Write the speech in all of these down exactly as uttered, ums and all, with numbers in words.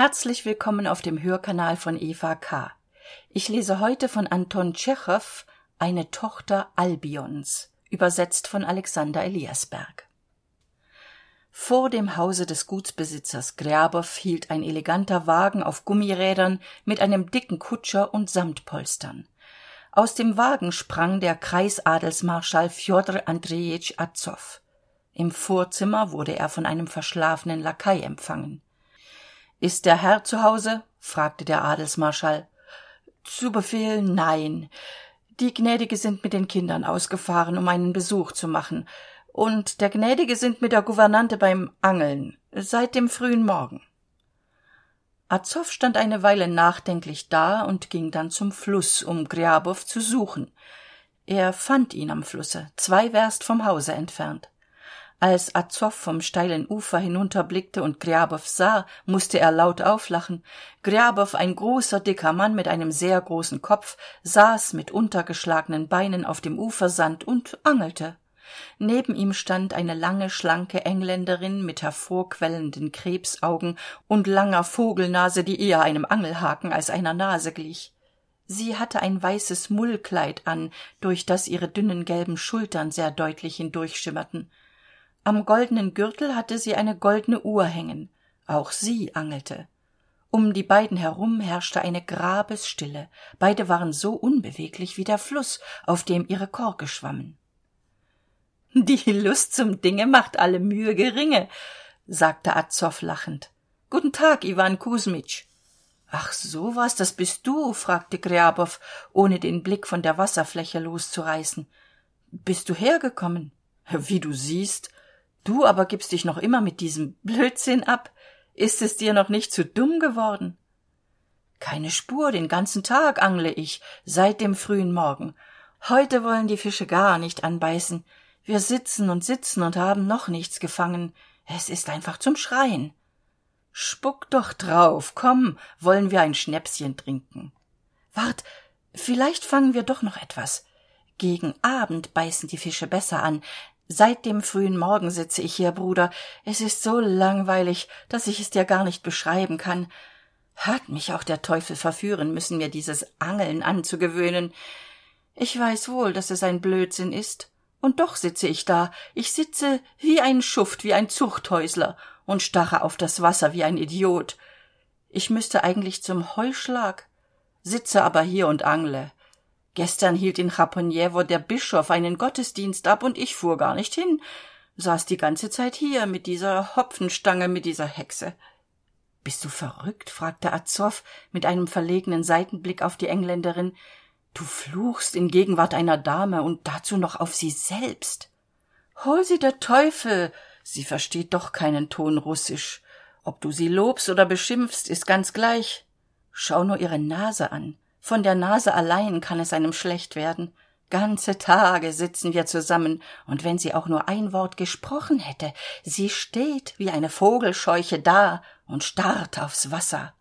Herzlich willkommen auf dem Hörkanal von Eva K. Ich lese heute von Anton Tschechow Eine Tochter Albions, übersetzt von Alexander Eliasberg. Vor dem Hause des Gutsbesitzers Grjabow hielt ein eleganter Wagen auf Gummirädern mit einem dicken Kutscher und Samtpolstern. Aus dem Wagen sprang der Kreisadelsmarschall Fjodor Andrejitsch Azow. Im Vorzimmer wurde er von einem verschlafenen Lakai empfangen. »Ist der Herr zu Hause?« fragte der Adelsmarschall. »Zu Befehl, nein. Die Gnädige sind mit den Kindern ausgefahren, um einen Besuch zu machen. Und der Gnädige sind mit der Gouvernante beim Angeln, seit dem frühen Morgen.« Azow stand eine Weile nachdenklich da und ging dann zum Fluss, um Grjabow zu suchen. Er fand ihn am Flusse, zwei Werst vom Hause entfernt. Als Azow vom steilen Ufer hinunterblickte und Grjabow sah, musste er laut auflachen. Grjabow, ein großer, dicker Mann mit einem sehr großen Kopf, saß mit untergeschlagenen Beinen auf dem Ufersand und angelte. Neben ihm stand eine lange, schlanke Engländerin mit hervorquellenden Krebsaugen und langer Vogelnase, die eher einem Angelhaken als einer Nase glich. Sie hatte ein weißes Mullkleid an, durch das ihre dünnen gelben Schultern sehr deutlich hindurchschimmerten. Am goldenen Gürtel hatte sie eine goldene Uhr hängen. Auch sie angelte. Um die beiden herum herrschte eine Grabesstille. Beide waren so unbeweglich wie der Fluss, auf dem ihre Korke schwammen. »Die Lust zum Dinge macht alle Mühe geringe«, sagte Azow lachend. »Guten Tag, Iwan Kusmitsch.« »Ach, so was, das bist du?« fragte Grjabow, ohne den Blick von der Wasserfläche loszureißen. »Bist du hergekommen?« »Wie du siehst. Du aber gibst dich noch immer mit diesem Blödsinn ab. Ist es dir noch nicht zu dumm geworden?« »Keine Spur, den ganzen Tag angle ich, seit dem frühen Morgen. Heute wollen die Fische gar nicht anbeißen. Wir sitzen und sitzen und haben noch nichts gefangen. Es ist einfach zum Schreien.« »Spuck doch drauf, komm, wollen wir ein Schnäpschen trinken.« »Wart, vielleicht fangen wir doch noch etwas. Gegen Abend beißen die Fische besser an. Seit dem frühen Morgen sitze ich hier, Bruder. Es ist so langweilig, dass ich es dir gar nicht beschreiben kann. Hat mich auch der Teufel verführen müssen, mir dieses Angeln anzugewöhnen. Ich weiß wohl, dass es ein Blödsinn ist. Und doch sitze ich da. Ich sitze wie ein Schuft, wie ein Zuchthäusler und starre auf das Wasser wie ein Idiot. Ich müsste eigentlich zum Heuschlag, sitze aber hier und angle. Gestern hielt in Chaponjewo der Bischof einen Gottesdienst ab und ich fuhr gar nicht hin, saß die ganze Zeit hier mit dieser Hopfenstange, mit dieser Hexe. »Bist du verrückt?« fragte Azow mit einem verlegenen Seitenblick auf die Engländerin. »Du fluchst in Gegenwart einer Dame und dazu noch auf sie selbst.« »Hol sie der Teufel, sie versteht doch keinen Ton Russisch. Ob du sie lobst oder beschimpfst, ist ganz gleich. Schau nur ihre Nase an. Von der Nase allein kann es einem schlecht werden. Ganze Tage sitzen wir zusammen, und wenn sie auch nur ein Wort gesprochen hätte, sie steht wie eine Vogelscheuche da und starrt aufs Wasser.«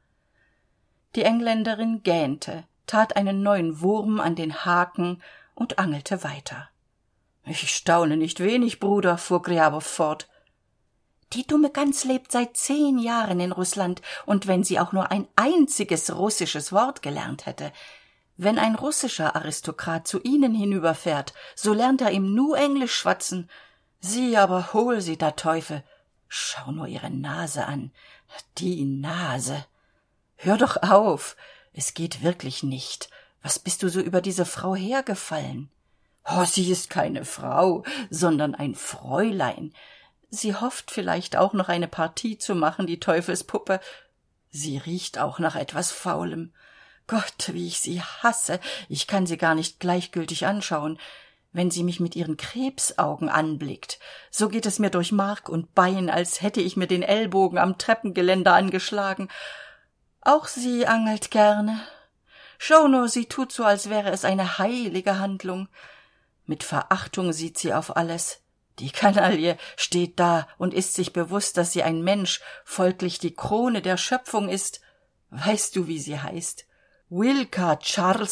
Die Engländerin gähnte, tat einen neuen Wurm an den Haken und angelte weiter. »Ich staune nicht wenig, Bruder«, fuhr Grjabow fort. »Die dumme Gans lebt seit zehn Jahren in Russland, und wenn sie auch nur ein einziges russisches Wort gelernt hätte. Wenn ein russischer Aristokrat zu Ihnen hinüberfährt, so lernt er ihm nu Englisch schwatzen. Sie aber, hol sie der Teufel. Schau nur ihre Nase an. Die Nase. Hör doch auf. Es geht wirklich nicht. Was bist du so über diese Frau hergefallen? Oh, sie ist keine Frau, sondern ein Fräulein. Sie hofft vielleicht auch noch eine Partie zu machen, die Teufelspuppe. Sie riecht auch nach etwas Faulem. Gott, wie ich sie hasse. Ich kann sie gar nicht gleichgültig anschauen. Wenn sie mich mit ihren Krebsaugen anblickt, so geht es mir durch Mark und Bein, als hätte ich mir den Ellbogen am Treppengeländer angeschlagen. Auch sie angelt gerne. Schau nur, sie tut so, als wäre es eine heilige Handlung. Mit Verachtung sieht sie auf alles. Die Kanaille steht da und ist sich bewusst, dass sie ein Mensch, folglich die Krone der Schöpfung ist. Weißt du, wie sie heißt? Wilka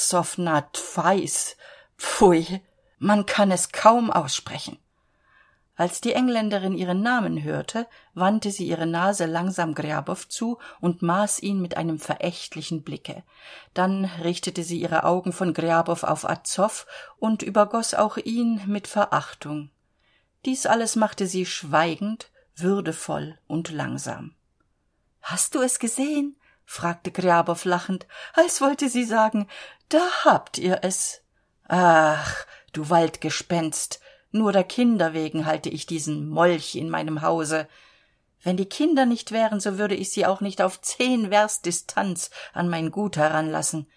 Charlesowna Tfeis. Pfui, man kann es kaum aussprechen. Als die Engländerin ihren Namen hörte, wandte sie ihre Nase langsam Grjabow zu und maß ihn mit einem verächtlichen Blicke. Dann richtete sie ihre Augen von Grjabow auf Azow und übergoss auch ihn mit Verachtung. Dies alles machte sie schweigend, würdevoll und langsam. »Hast du es gesehen?« fragte Grjabow lachend, als wollte sie sagen, »da habt ihr es.« »Ach, du Waldgespenst, nur der Kinder wegen halte ich diesen Molch in meinem Hause. Wenn die Kinder nicht wären, so würde ich sie auch nicht auf zehn Werst Distanz an mein Gut heranlassen.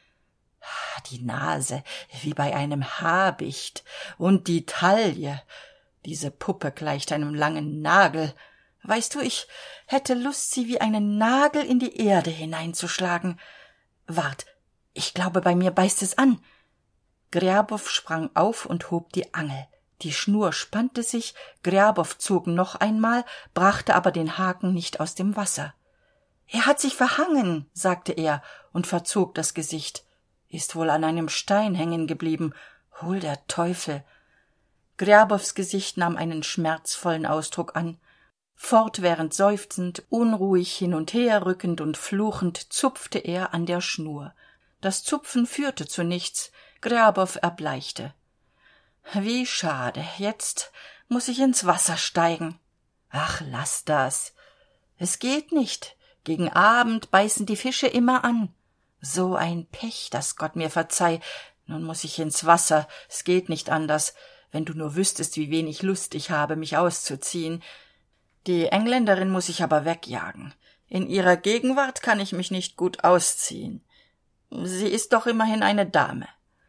Die Nase wie bei einem Habicht und die Taille, diese Puppe gleicht einem langen Nagel. Weißt du, ich hätte Lust, sie wie einen Nagel in die Erde hineinzuschlagen. Wart, ich glaube, bei mir beißt es an.« Grjabow sprang auf und hob die Angel. Die Schnur spannte sich, Grjabow zog noch einmal, brachte aber den Haken nicht aus dem Wasser. »Er hat sich verhangen«, sagte er und verzog das Gesicht. »Ist wohl an einem Stein hängen geblieben. Hol der Teufel!« Grjabows Gesicht nahm einen schmerzvollen Ausdruck an. Fortwährend seufzend, unruhig hin und her rückend und fluchend zupfte er an der Schnur. Das Zupfen führte zu nichts. Grjabow erbleichte. »Wie schade, jetzt muß ich ins Wasser steigen.« »Ach, lass das. Es geht nicht. Gegen Abend beißen die Fische immer an. So ein Pech, dass Gott mir verzeih. Nun muß ich ins Wasser. Es geht nicht anders. Wenn du nur wüsstest, wie wenig Lust ich habe, mich auszuziehen. Die Engländerin muß ich aber wegjagen. In ihrer Gegenwart kann ich mich nicht gut ausziehen. Sie ist doch immerhin eine Dame.«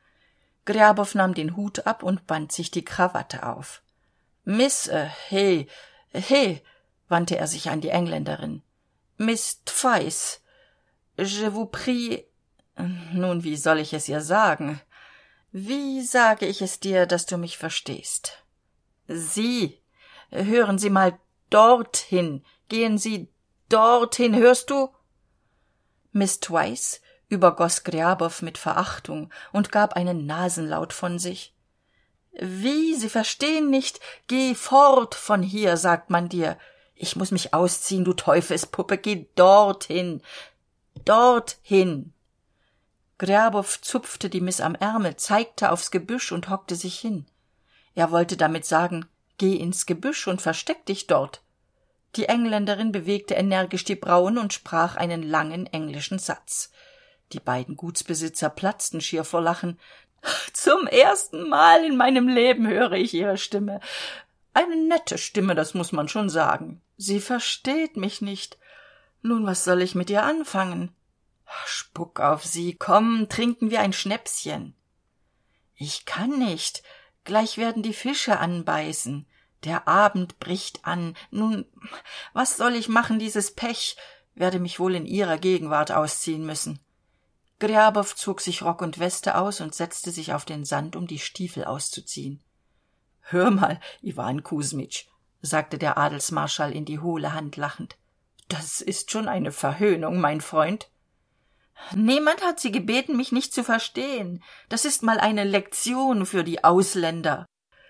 Grjabow nahm den Hut ab und band sich die Krawatte auf. »Miss, äh, he, he«, wandte er sich an die Engländerin. »Miss Twice, je vous prie, nun, wie soll ich es ihr sagen? Wie sage ich es dir, dass du mich verstehst? Sie, hören Sie mal dorthin, gehen Sie dorthin, hörst du?« Miss Twice übergoss Grjabow mit Verachtung und gab einen Nasenlaut von sich. »Wie, Sie verstehen nicht? Geh fort von hier, sagt man dir. Ich muß mich ausziehen, du Teufelspuppe, geh dorthin, dorthin.« Grjabow zupfte die Miss am Ärmel, zeigte aufs Gebüsch und hockte sich hin. Er wollte damit sagen, geh ins Gebüsch und versteck dich dort. Die Engländerin bewegte energisch die Brauen und sprach einen langen englischen Satz. Die beiden Gutsbesitzer platzten schier vor Lachen. »Zum ersten Mal in meinem Leben höre ich Ihre Stimme. Eine nette Stimme, das muß man schon sagen. Sie versteht mich nicht. Nun, was soll ich mit ihr anfangen? Spuck auf Sie, komm, trinken wir ein Schnäpschen.« »Ich kann nicht. Gleich werden die Fische anbeißen. Der Abend bricht an. Nun, was soll ich machen, dieses Pech? Werde mich wohl in Ihrer Gegenwart ausziehen müssen.« Grjabow zog sich Rock und Weste aus und setzte sich auf den Sand, um die Stiefel auszuziehen. »Hör mal, Iwan Kusmitsch«, sagte der Adelsmarschall in die hohle Hand lachend, »das ist schon eine Verhöhnung, mein Freund.« »Niemand hat Sie gebeten, mich nicht zu verstehen. Das ist mal eine Lektion für die Ausländer.«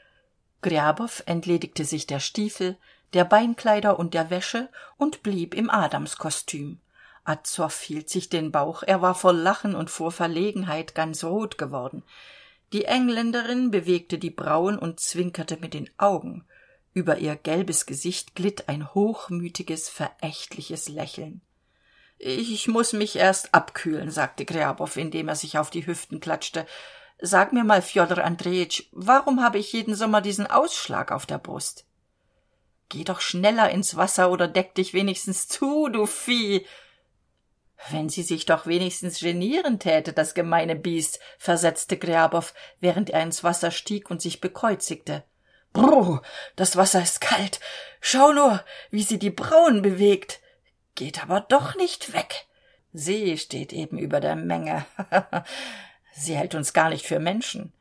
Grjabow entledigte sich der Stiefel, der Beinkleider und der Wäsche und blieb im Adamskostüm. Azow hielt sich den Bauch, er war vor Lachen und vor Verlegenheit ganz rot geworden. Die Engländerin bewegte die Brauen und zwinkerte mit den Augen. Über ihr gelbes Gesicht glitt ein hochmütiges, verächtliches Lächeln. »Ich muß mich erst abkühlen«, sagte Grjabow, indem er sich auf die Hüften klatschte. »Sag mir mal, Fjodor Andrejitsch, warum habe ich jeden Sommer diesen Ausschlag auf der Brust?« »Geh doch schneller ins Wasser oder deck dich wenigstens zu, du Vieh!« »Wenn sie sich doch wenigstens genieren täte, das gemeine Biest«, versetzte Grjabow, während er ins Wasser stieg und sich bekreuzigte. »Brrr, das Wasser ist kalt. Schau nur, wie sie die Brauen bewegt. Geht aber doch nicht weg. Sie steht eben über der Menge. Sie hält uns gar nicht für Menschen.«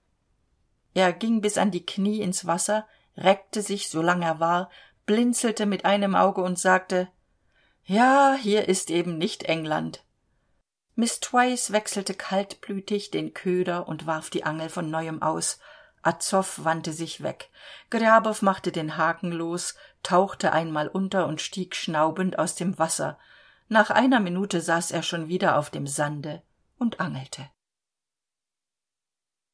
Er ging bis an die Knie ins Wasser, reckte sich, solang er war, blinzelte mit einem Auge und sagte, »Ja, hier ist eben nicht England.« Miss Twice wechselte kaltblütig den Köder und warf die Angel von neuem aus. azow wandte sich weg. Grjabow machte den haken los, tauchte einmal unter und stieg schnaubend aus dem wasser. Nach einer minute saß er schon wieder auf dem sande und angelte.